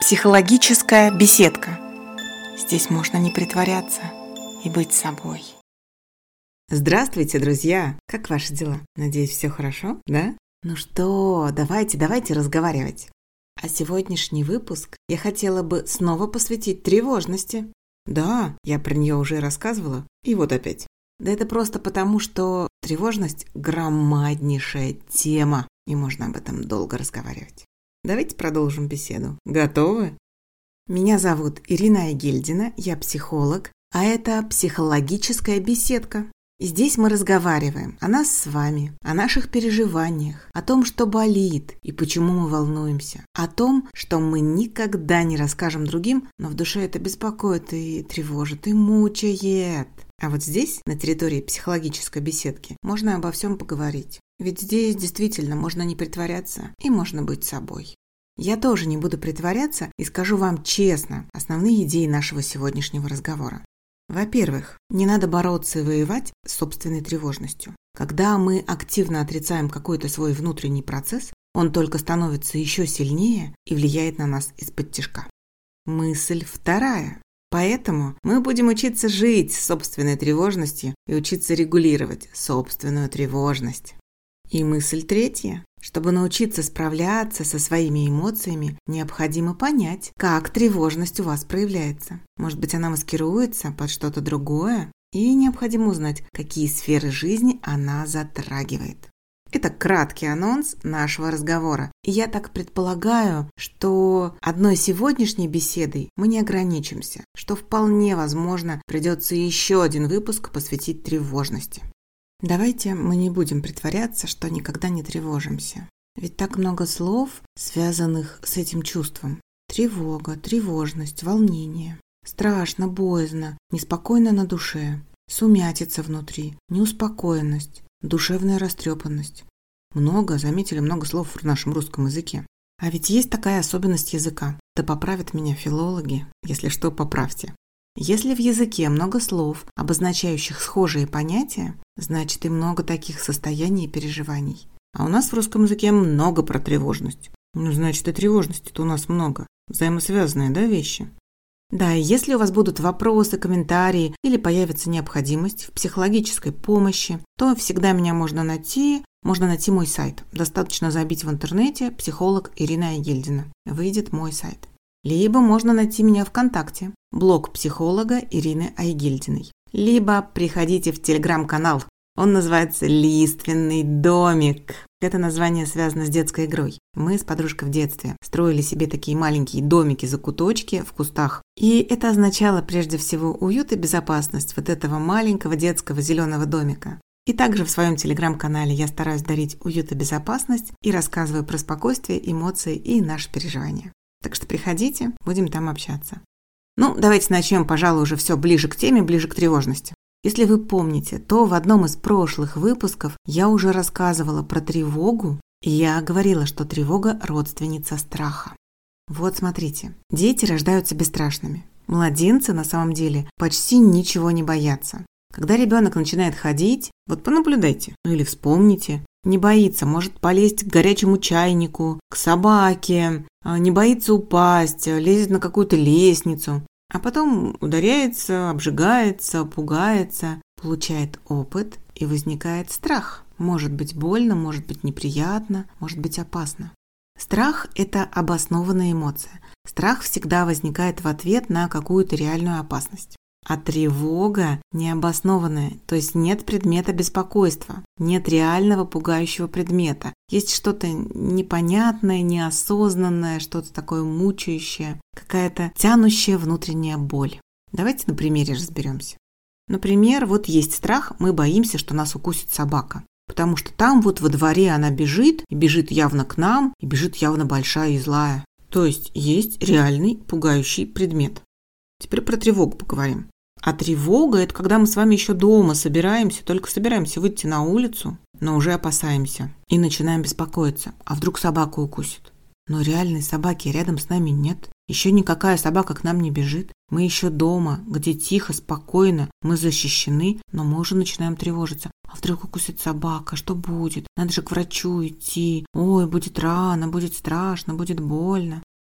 Психологическая беседка. Здесь можно не притворяться и быть собой. Здравствуйте, друзья! Как ваши дела? Надеюсь, все хорошо, да? Ну что, давайте разговаривать. А сегодняшний выпуск я хотела бы снова посвятить тревожности. Да, я про нее уже рассказывала, и вот опять. Да это просто потому, что тревожность – громаднейшая тема, и можно об этом долго разговаривать. Давайте продолжим беседу. Готовы? Меня зовут Ирина Айгельдина, я психолог, а это психологическая беседка. И здесь мы разговариваем о нас с вами, о наших переживаниях, о том, что болит и почему мы волнуемся, о том, что мы никогда не расскажем другим, но в душе это беспокоит и тревожит, и мучает. А вот здесь, на территории психологической беседки, можно обо всем поговорить. Ведь здесь действительно можно не притворяться и можно быть собой. Я тоже не буду притворяться и скажу вам честно основные идеи нашего сегодняшнего разговора. Во-первых, не надо бороться и воевать с собственной тревожностью. Когда мы активно отрицаем какой-то свой внутренний процесс, он только становится еще сильнее и влияет на нас из-под тишка. Мысль вторая. Поэтому мы будем учиться жить с собственной тревожностью и учиться регулировать собственную тревожность. И мысль третья. Чтобы научиться справляться со своими эмоциями, необходимо понять, как тревожность у вас проявляется. Может быть, она маскируется под что-то другое, и необходимо узнать, какие сферы жизни она затрагивает. Это краткий анонс нашего разговора. И я так предполагаю, что одной сегодняшней беседой мы не ограничимся, что вполне возможно придется еще один выпуск посвятить тревожности. Давайте мы не будем притворяться, что никогда не тревожимся. Ведь так много слов, связанных с этим чувством. Тревога, тревожность, волнение. Страшно, боязно, неспокойно на душе. Сумятица внутри, неуспокоенность, душевная растрепанность. Заметили много слов в нашем русском языке. А ведь есть такая особенность языка. Да поправят меня филологи. Если что, поправьте. Если в языке много слов, обозначающих схожие понятия, значит и много таких состояний и переживаний. А у нас в русском языке много про тревожность. Значит и тревожности-то у нас много. Взаимосвязанные, да, вещи? Да, и если у вас будут вопросы, комментарии или появится необходимость в психологической помощи, то всегда меня можно найти мой сайт. Достаточно забить в интернете «Психолог Ирина Айгельдина». Выйдет мой сайт. Либо можно найти меня ВКонтакте, блог психолога Ирины Айгельдиной. Либо приходите в телеграм-канал. Он называется «Лиственный домик». Это название связано с детской игрой. Мы с подружкой в детстве строили себе такие маленькие домики-закуточки в кустах. И это означало прежде всего уют и безопасность вот этого маленького детского зеленого домика. И также в своем телеграм-канале я стараюсь дарить уют и безопасность и рассказываю про спокойствие, эмоции и наши переживания. Так что приходите, будем там общаться. Давайте начнем, пожалуй, уже все ближе к теме, ближе к тревожности. Если вы помните, то в одном из прошлых выпусков я уже рассказывала про тревогу, и я говорила, что тревога – родственница страха. Вот смотрите, дети рождаются бесстрашными. Младенцы на самом деле почти ничего не боятся. Когда ребенок начинает ходить, вот понаблюдайте, или вспомните, не боится, может полезть к горячему чайнику, к собаке, не боится упасть, лезет на какую-то лестницу, а потом ударяется, обжигается, пугается, получает опыт и возникает страх. Может быть больно, может быть неприятно, может быть опасно. Страх – это обоснованная эмоция. Страх всегда возникает в ответ на какую-то реальную опасность. А тревога необоснованная, то есть нет предмета беспокойства, нет реального пугающего предмета. Есть что-то непонятное, неосознанное, что-то такое мучающее, какая-то тянущая внутренняя боль. Давайте на примере разберемся. Например, вот есть страх, мы боимся, что нас укусит собака. Потому что там вот во дворе она бежит, и бежит явно к нам, и бежит явно большая и злая. То есть реальный пугающий предмет. Теперь про тревогу поговорим. А тревога – это когда мы с вами еще дома только собираемся выйти на улицу, но уже опасаемся и начинаем беспокоиться. А вдруг собаку укусит? Но реальной собаки рядом с нами нет. Еще никакая собака к нам не бежит. Мы еще дома, где тихо, спокойно, мы защищены, но мы уже начинаем тревожиться. А вдруг укусит собака? Что будет? Надо же к врачу идти. Ой, будет рано, будет страшно, будет больно.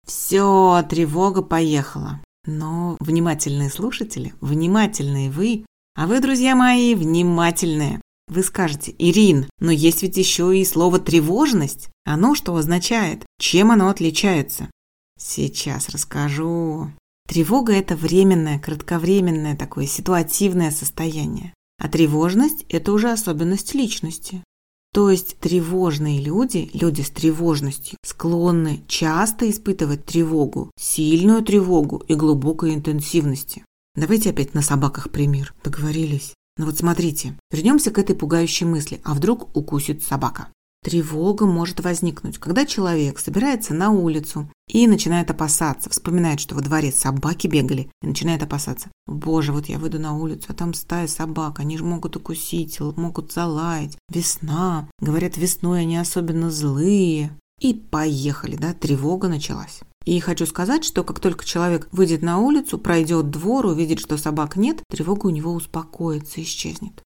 Все, тревога поехала. Но внимательные слушатели, внимательные вы, а вы, друзья мои, внимательные. Вы скажете: Ирин, но есть ведь еще и слово «тревожность». Оно что означает? Чем оно отличается? Сейчас расскажу. Тревога – это временное, кратковременное такое ситуативное состояние. А тревожность – это уже особенность личности. То есть тревожные люди, люди с тревожностью, склонны часто испытывать тревогу, сильную тревогу и глубокой интенсивности. Давайте опять на собаках пример. Договорились? Ну вот смотрите, вернемся к этой пугающей мысли. А вдруг укусит собака? Тревога может возникнуть, когда человек собирается на улицу и начинает опасаться, вспоминает, что во дворе собаки бегали, и начинает опасаться. Боже, вот я выйду на улицу, а там стая собак, они же могут укусить, могут залаять. Весна, говорят, весной они особенно злые. И поехали, да, тревога началась. И хочу сказать, что как только человек выйдет на улицу, пройдет двор, увидит, что собак нет, тревога у него успокоится, исчезнет.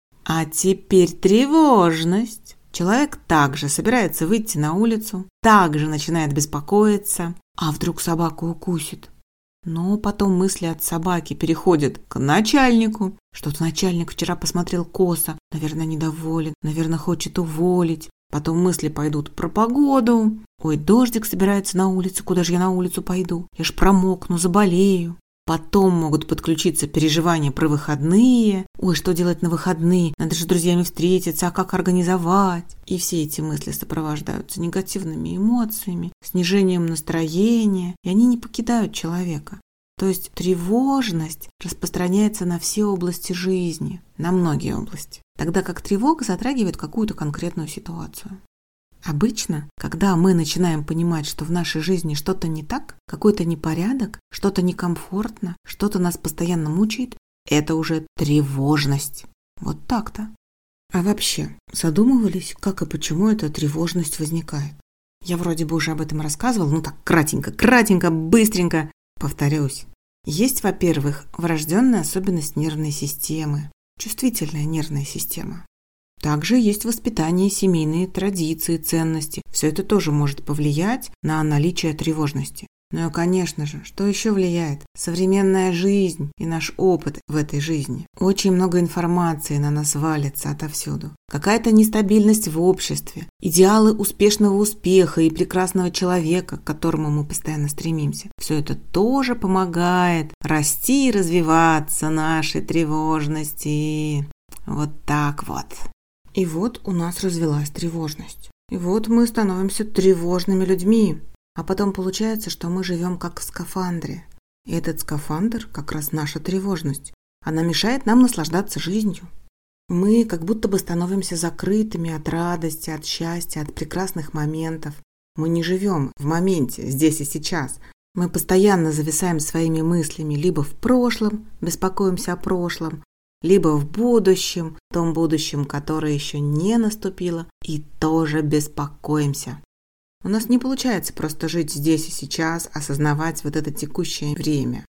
А теперь тревожность. Человек также собирается выйти на улицу, также начинает беспокоиться, а вдруг собаку укусит. Но потом мысли от собаки переходят к начальнику. Что-то начальник вчера посмотрел косо, наверное, недоволен, наверное, хочет уволить. Потом мысли пойдут про погоду. Ой, дождик собирается на улице, куда же я на улицу пойду? Я ж промокну, заболею. Потом могут подключиться переживания про выходные. Ой, что делать на выходные? Надо же с друзьями встретиться, а как организовать? И все эти мысли сопровождаются негативными эмоциями, снижением настроения, и они не покидают человека. То есть тревожность распространяется на все области жизни, на многие области, тогда как тревога затрагивает какую-то конкретную ситуацию. Обычно, когда мы начинаем понимать, что в нашей жизни что-то не так, какой-то непорядок, что-то некомфортно, что-то нас постоянно мучает, это уже тревожность. Вот так-то. А вообще, задумывались, как и почему эта тревожность возникает? Я вроде бы уже об этом рассказывала, ну так кратенько, быстренько. Повторюсь. Есть, во-первых, врожденная особенность нервной системы, чувствительная нервная система. Также есть воспитание, семейные традиции, ценности. Все это тоже может повлиять на наличие тревожности. Ну и, конечно же, что еще влияет? Современная жизнь и наш опыт в этой жизни. Очень много информации на нас валится отовсюду. Какая-то нестабильность в обществе, идеалы успешного успеха и прекрасного человека, к которому мы постоянно стремимся. Все это тоже помогает расти и развиваться нашей тревожности. Вот так вот. И вот у нас развилась тревожность. И вот мы становимся тревожными людьми. А потом получается, что мы живем как в скафандре. И этот скафандр как раз наша тревожность. Она мешает нам наслаждаться жизнью. Мы как будто бы становимся закрытыми от радости, от счастья, от прекрасных моментов. Мы не живем в моменте, здесь и сейчас. Мы постоянно зависаем своими мыслями либо в прошлом, беспокоимся о прошлом, либо в будущем, том будущем, которое еще не наступило, и тоже беспокоимся. У нас не получается просто жить здесь и сейчас, осознавать вот это текущее время.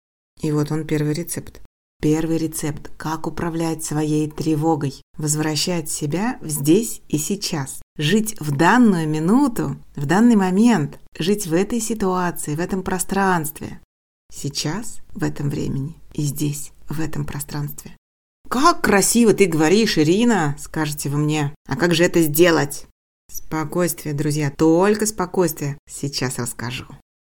И вот он первый рецепт. Первый рецепт – как управлять своей тревогой, возвращать себя в здесь и сейчас, жить в данную минуту, в данный момент, жить в этой ситуации, в этом пространстве. Сейчас, в этом времени, и здесь, в этом пространстве. «Как красиво ты говоришь, Ирина!» – скажете вы мне. «А как же это сделать?» Спокойствие, друзья, только спокойствие. Сейчас расскажу.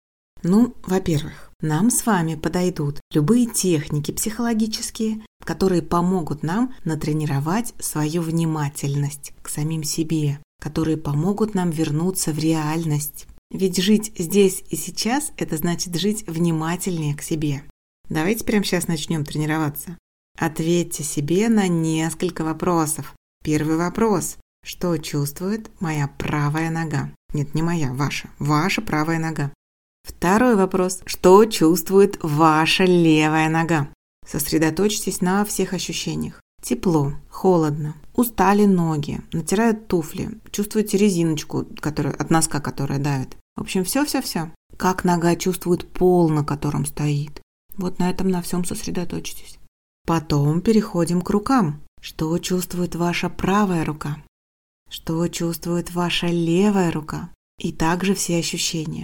Ну, во-первых, нам с вами подойдут любые техники психологические, которые помогут нам натренировать свою внимательность к самим себе, которые помогут нам вернуться в реальность. Ведь жить здесь и сейчас – это значит жить внимательнее к себе. Давайте прямо сейчас начнем тренироваться. Ответьте себе на несколько вопросов. Первый вопрос. Что чувствует моя правая нога? Нет, не моя, ваша. Ваша правая нога. Второй вопрос. Что чувствует ваша левая нога? Сосредоточьтесь на всех ощущениях. Тепло, холодно, устали ноги, натирают туфли, чувствуете резиночку, от носка, которая давит. В общем, все. Как нога чувствует пол, на котором стоит. Вот на этом на всем сосредоточьтесь. Потом переходим к рукам. Что чувствует ваша правая рука? Что чувствует ваша левая рука? И также все ощущения.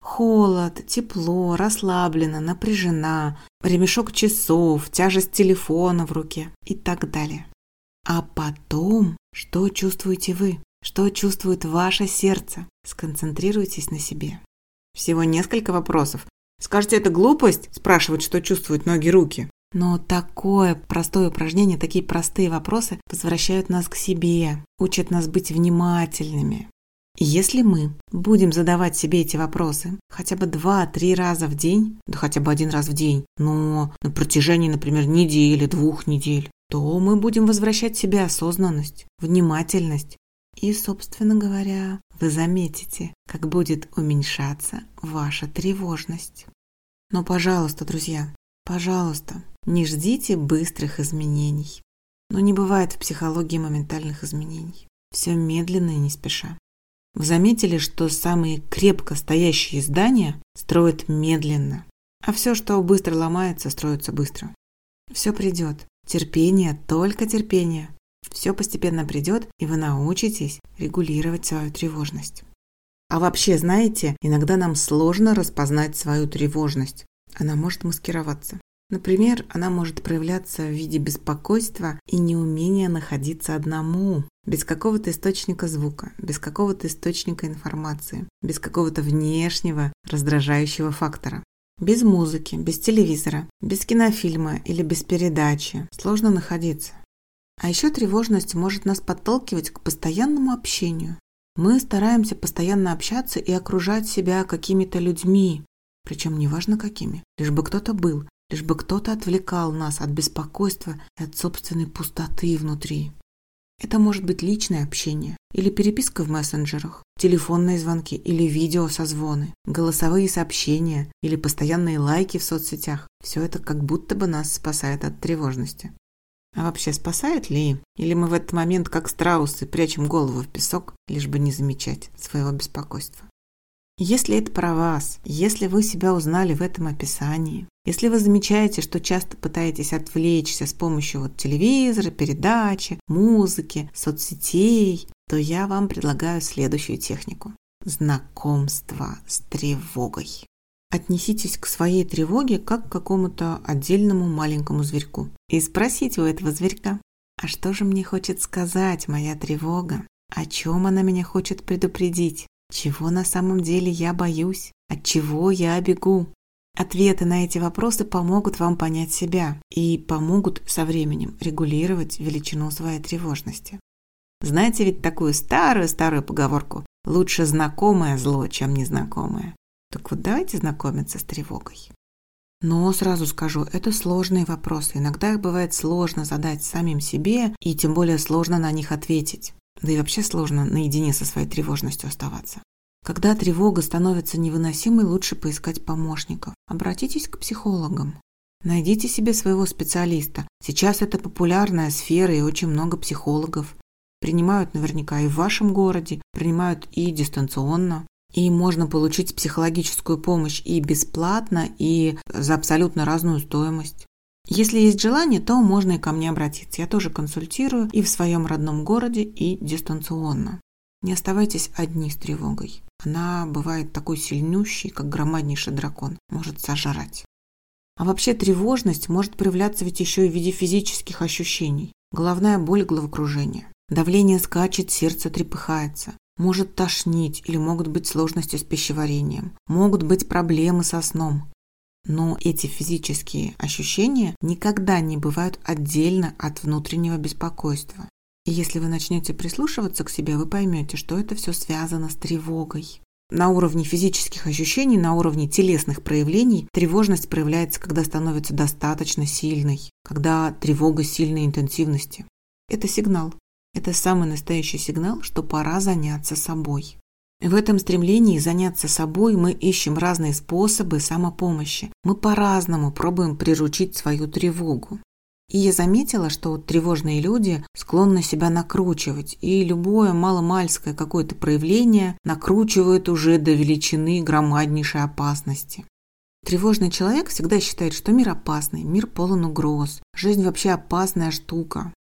Холод, тепло, расслаблена, напряжена, ремешок часов, тяжесть телефона в руке и так далее. А потом, что чувствуете вы? Что чувствует ваше сердце? Сконцентрируйтесь на себе. Всего несколько вопросов. Скажете, это глупость? Спрашивать, что чувствуют ноги, руки. Но такое простое упражнение, такие простые вопросы возвращают нас к себе, учат нас быть внимательными. И если мы будем задавать себе эти вопросы хотя бы 2-3 раза в день, да хотя бы 1 раз в день, но на протяжении, например, недели, 2 недель, то мы будем возвращать себе осознанность, внимательность. И, собственно говоря, вы заметите, как будет уменьшаться ваша тревожность. Но, пожалуйста, друзья, пожалуйста, не ждите быстрых изменений. Но не бывает в психологии моментальных изменений. Все медленно и не спеша. Вы заметили, что самые крепко стоящие здания строят медленно, а все, что быстро ломается, строится быстро. Все придет. Терпение, только терпение. Все постепенно придет, и вы научитесь регулировать свою тревожность. А вообще, знаете, иногда нам сложно распознать свою тревожность. Она может маскироваться. Например, она может проявляться в виде беспокойства и неумения находиться одному, без какого-то источника звука, без какого-то источника информации, без какого-то внешнего раздражающего фактора. Без музыки, без телевизора, без кинофильма или без передачи сложно находиться. А еще тревожность может нас подталкивать к постоянному общению. Мы стараемся постоянно общаться и окружать себя какими-то людьми, причем неважно какими, лишь бы кто-то был, лишь бы кто-то отвлекал нас от беспокойства и от собственной пустоты внутри. Это может быть личное общение, или переписка в мессенджерах, телефонные звонки или видеосозвоны, голосовые сообщения или постоянные лайки в соцсетях. Все это как будто бы нас спасает от тревожности. А вообще спасает ли? Или мы в этот момент, как страусы, прячем голову в песок, лишь бы не замечать своего беспокойства? Если это про вас, если вы себя узнали в этом описании, если вы замечаете, что часто пытаетесь отвлечься с помощью телевизора, передачи, музыки, соцсетей, то я вам предлагаю следующую технику – знакомство с тревогой. Отнеситесь к своей тревоге как к какому-то отдельному маленькому зверьку и спросите у этого зверька: а что же мне хочет сказать моя тревога? О чем она меня хочет предупредить? Чего на самом деле я боюсь? От чего я бегу? Ответы на эти вопросы помогут вам понять себя и помогут со временем регулировать величину своей тревожности. Знаете ведь такую старую-старую поговорку: лучше знакомое зло, чем незнакомое. Так вот, давайте знакомиться с тревогой. Но сразу скажу, это сложные вопросы. Иногда их бывает сложно задать самим себе, и тем более сложно на них ответить. Да и вообще сложно наедине со своей тревожностью оставаться. Когда тревога становится невыносимой, лучше поискать помощников. Обратитесь к психологам. Найдите себе своего специалиста. Сейчас это популярная сфера, и очень много психологов. Принимают наверняка и в вашем городе, принимают и дистанционно. И можно получить психологическую помощь и бесплатно, и за абсолютно разную стоимость. Если есть желание, то можно и ко мне обратиться. Я тоже консультирую и в своем родном городе, и дистанционно. Не оставайтесь одни с тревогой. Она бывает такой сильнющей, как громаднейший дракон, может сожрать. А вообще тревожность может проявляться ведь еще и в виде физических ощущений. Головная боль, головокружение. Давление скачет, сердце трепыхается. Может тошнить или могут быть сложности с пищеварением. Могут быть проблемы со сном. Но эти физические ощущения никогда не бывают отдельно от внутреннего беспокойства. И если вы начнете прислушиваться к себе, вы поймете, что это все связано с тревогой. На уровне физических ощущений, на уровне телесных проявлений тревожность проявляется, когда становится достаточно сильной, когда тревога сильной интенсивности. Это сигнал. Это самый настоящий сигнал, что пора заняться собой. В этом стремлении заняться собой мы ищем разные способы самопомощи. Мы по-разному пробуем приручить свою тревогу. И я заметила, что тревожные люди склонны себя накручивать, и любое маломальское какое-то проявление накручивают уже до величины громаднейшей опасности. Тревожный человек всегда считает, что мир опасный, мир полон угроз, жизнь вообще опасная штука.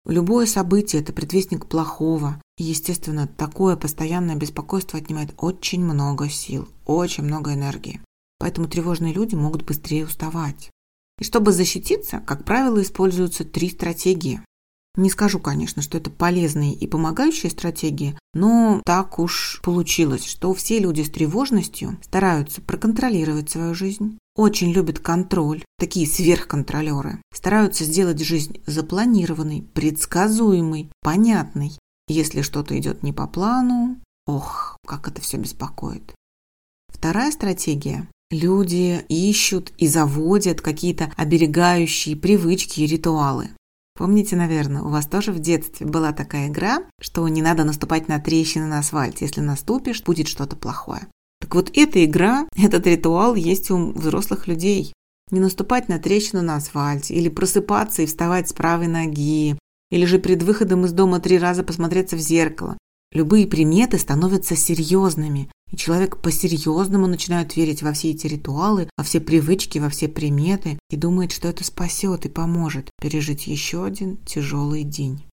Любое событие – это предвестник плохого. И, естественно, такое постоянное беспокойство отнимает очень много сил, очень много энергии. Поэтому тревожные люди могут быстрее уставать. И чтобы защититься, как правило, используются 3 стратегии. Не скажу, конечно, что это полезные и помогающие стратегии, но так уж получилось, что все люди с тревожностью стараются проконтролировать свою жизнь, очень любят контроль, такие сверхконтролеры, стараются сделать жизнь запланированной, предсказуемой, понятной. Если что-то идет не по плану, ох, как это все беспокоит. Вторая стратегия. Люди ищут и заводят какие-то оберегающие привычки и ритуалы. Помните, наверное, у вас тоже в детстве была такая игра, что не надо наступать на трещины на асфальте. Если наступишь, будет что-то плохое. Так вот, эта игра, этот ритуал есть у взрослых людей. Не наступать на трещину на асфальте, или просыпаться и вставать с правой ноги, или же перед выходом из дома 3 раза посмотреться в зеркало. Любые приметы становятся серьезными, и человек по-серьезному начинает верить во все эти ритуалы, во все привычки, во все приметы и думает, что это спасет и поможет пережить еще один тяжелый день.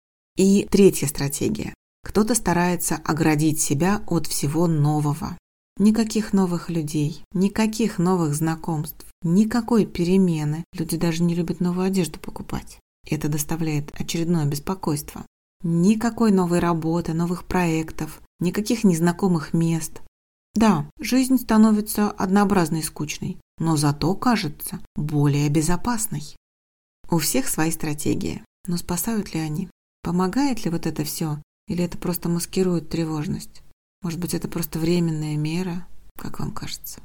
И третья стратегия. Кто-то старается оградить себя от всего нового. Никаких новых людей, никаких новых знакомств, никакой перемены. Люди даже не любят новую одежду покупать. Это доставляет очередное беспокойство. Никакой новой работы, новых проектов, никаких незнакомых мест. Да, жизнь становится однообразной и скучной, но зато кажется более безопасной. У всех свои стратегии, но спасают ли они? Помогает ли вот это все? Или это просто маскирует тревожность? Может быть, это просто временная мера, как вам кажется?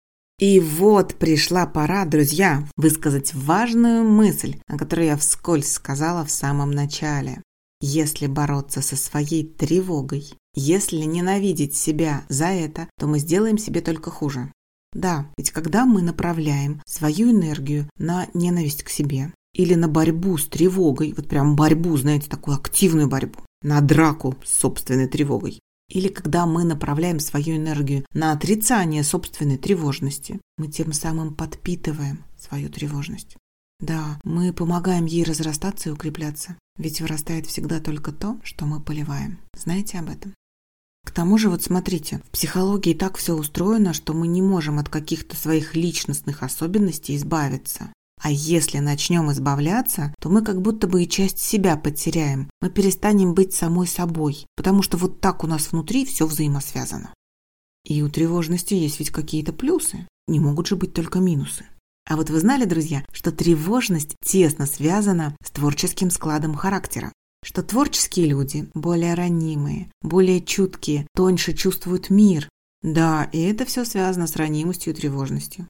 И вот пришла пора, друзья, высказать важную мысль, о которой я вскользь сказала в самом начале. Если бороться со своей тревогой, если ненавидеть себя за это, то мы сделаем себе только хуже. Да, ведь когда мы направляем свою энергию на ненависть к себе или на борьбу с тревогой, вот прям борьбу, знаете, такую активную борьбу, на драку с собственной тревогой, или когда мы направляем свою энергию на отрицание собственной тревожности, мы тем самым подпитываем свою тревожность. Да, мы помогаем ей разрастаться и укрепляться, ведь вырастает всегда только то, что мы поливаем. Знаете об этом? К тому же, вот смотрите, в психологии так все устроено, что мы не можем от каких-то своих личностных особенностей избавиться. А если начнем избавляться, то мы как будто бы и часть себя потеряем. Мы перестанем быть самой собой, потому что вот так у нас внутри все взаимосвязано. И у тревожности есть ведь какие-то плюсы, не могут же быть только минусы. А вот вы знали, друзья, что тревожность тесно связана с творческим складом характера? Что творческие люди более ранимые, более чуткие, тоньше чувствуют мир. Да, и это все связано с ранимостью и тревожностью.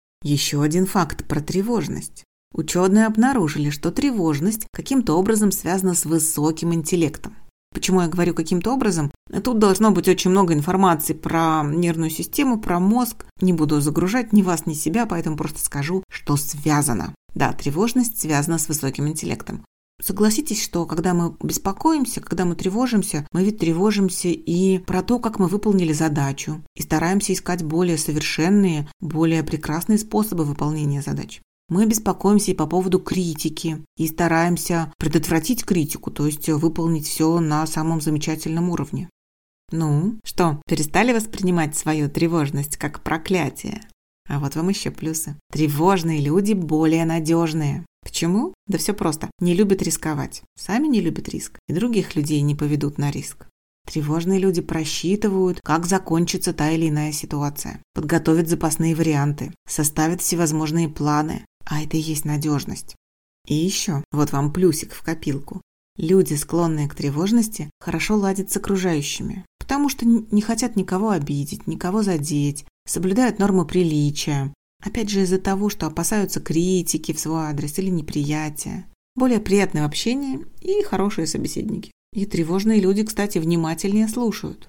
Еще один факт про тревожность. Ученые обнаружили, что тревожность каким-то образом связана с высоким интеллектом. Почему я говорю каким-то образом? Тут должно быть очень много информации про нервную систему, про мозг. Не буду загружать ни вас, ни себя, поэтому просто скажу, что связано. Да, тревожность связана с высоким интеллектом. Согласитесь, что когда мы беспокоимся, когда мы тревожимся, мы ведь тревожимся и про то, как мы выполнили задачу, и стараемся искать более совершенные, более прекрасные способы выполнения задач. Мы беспокоимся и по поводу критики, и стараемся предотвратить критику, то есть выполнить все на самом замечательном уровне. Ну, что, перестали воспринимать свою тревожность как проклятие? А вот вам еще плюсы. Тревожные люди более надежные. Почему? Да все просто. Не любят рисковать. Сами не любят риск. И других людей не поведут на риск. Тревожные люди просчитывают, как закончится та или иная ситуация. Подготовят запасные варианты. Составят всевозможные планы. А это и есть надежность. И еще, вот вам плюсик в копилку. Люди, склонные к тревожности, хорошо ладят с окружающими, потому что не хотят никого обидеть, никого задеть, соблюдают нормы приличия. Опять же из-за того, что опасаются критики в свой адрес или неприятия. Более приятные в общении и хорошие собеседники. И тревожные люди, кстати, внимательнее слушают.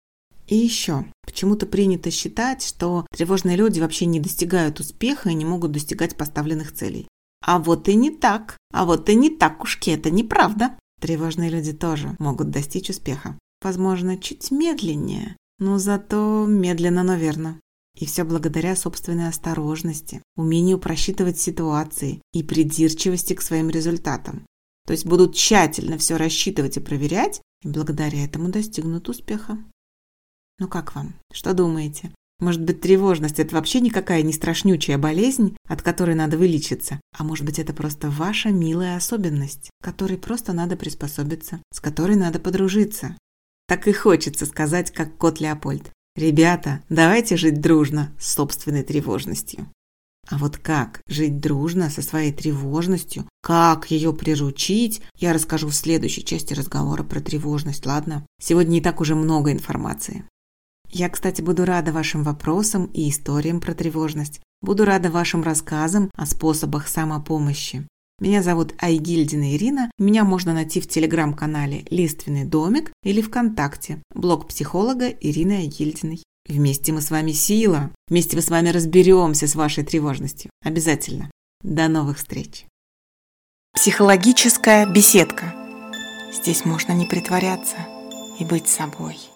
И еще, почему-то принято считать, что тревожные люди вообще не достигают успеха и не могут достигать поставленных целей. А вот и не так. А вот и не так, ушки, это неправда. Тревожные люди тоже могут достичь успеха. Возможно, чуть медленнее, но зато медленно, но верно. И все благодаря собственной осторожности, умению просчитывать ситуации и придирчивости к своим результатам. То есть будут тщательно все рассчитывать и проверять, и благодаря этому достигнут успеха. Ну как вам? Что думаете? Может быть, тревожность – это вообще никакая не страшнючая болезнь, от которой надо вылечиться, а может быть, это просто ваша милая особенность, к которой просто надо приспособиться, с которой надо подружиться. Так и хочется сказать, как кот Леопольд: ребята, давайте жить дружно с собственной тревожностью. А вот как жить дружно со своей тревожностью, как ее приручить, я расскажу в следующей части разговора про тревожность, ладно? Сегодня не так уже много информации. Я, кстати, буду рада вашим вопросам и историям про тревожность. Буду рада вашим рассказам о способах самопомощи. Меня зовут Айгильдина Ирина. Меня можно найти в телеграм-канале «Лиственный домик» или ВКонтакте, блог психолога Ирины Айгильдиной. Вместе мы с вами сила. Вместе мы с вами разберемся с вашей тревожностью. Обязательно. До новых встреч. Психологическая беседка. Здесь можно не притворяться и быть собой.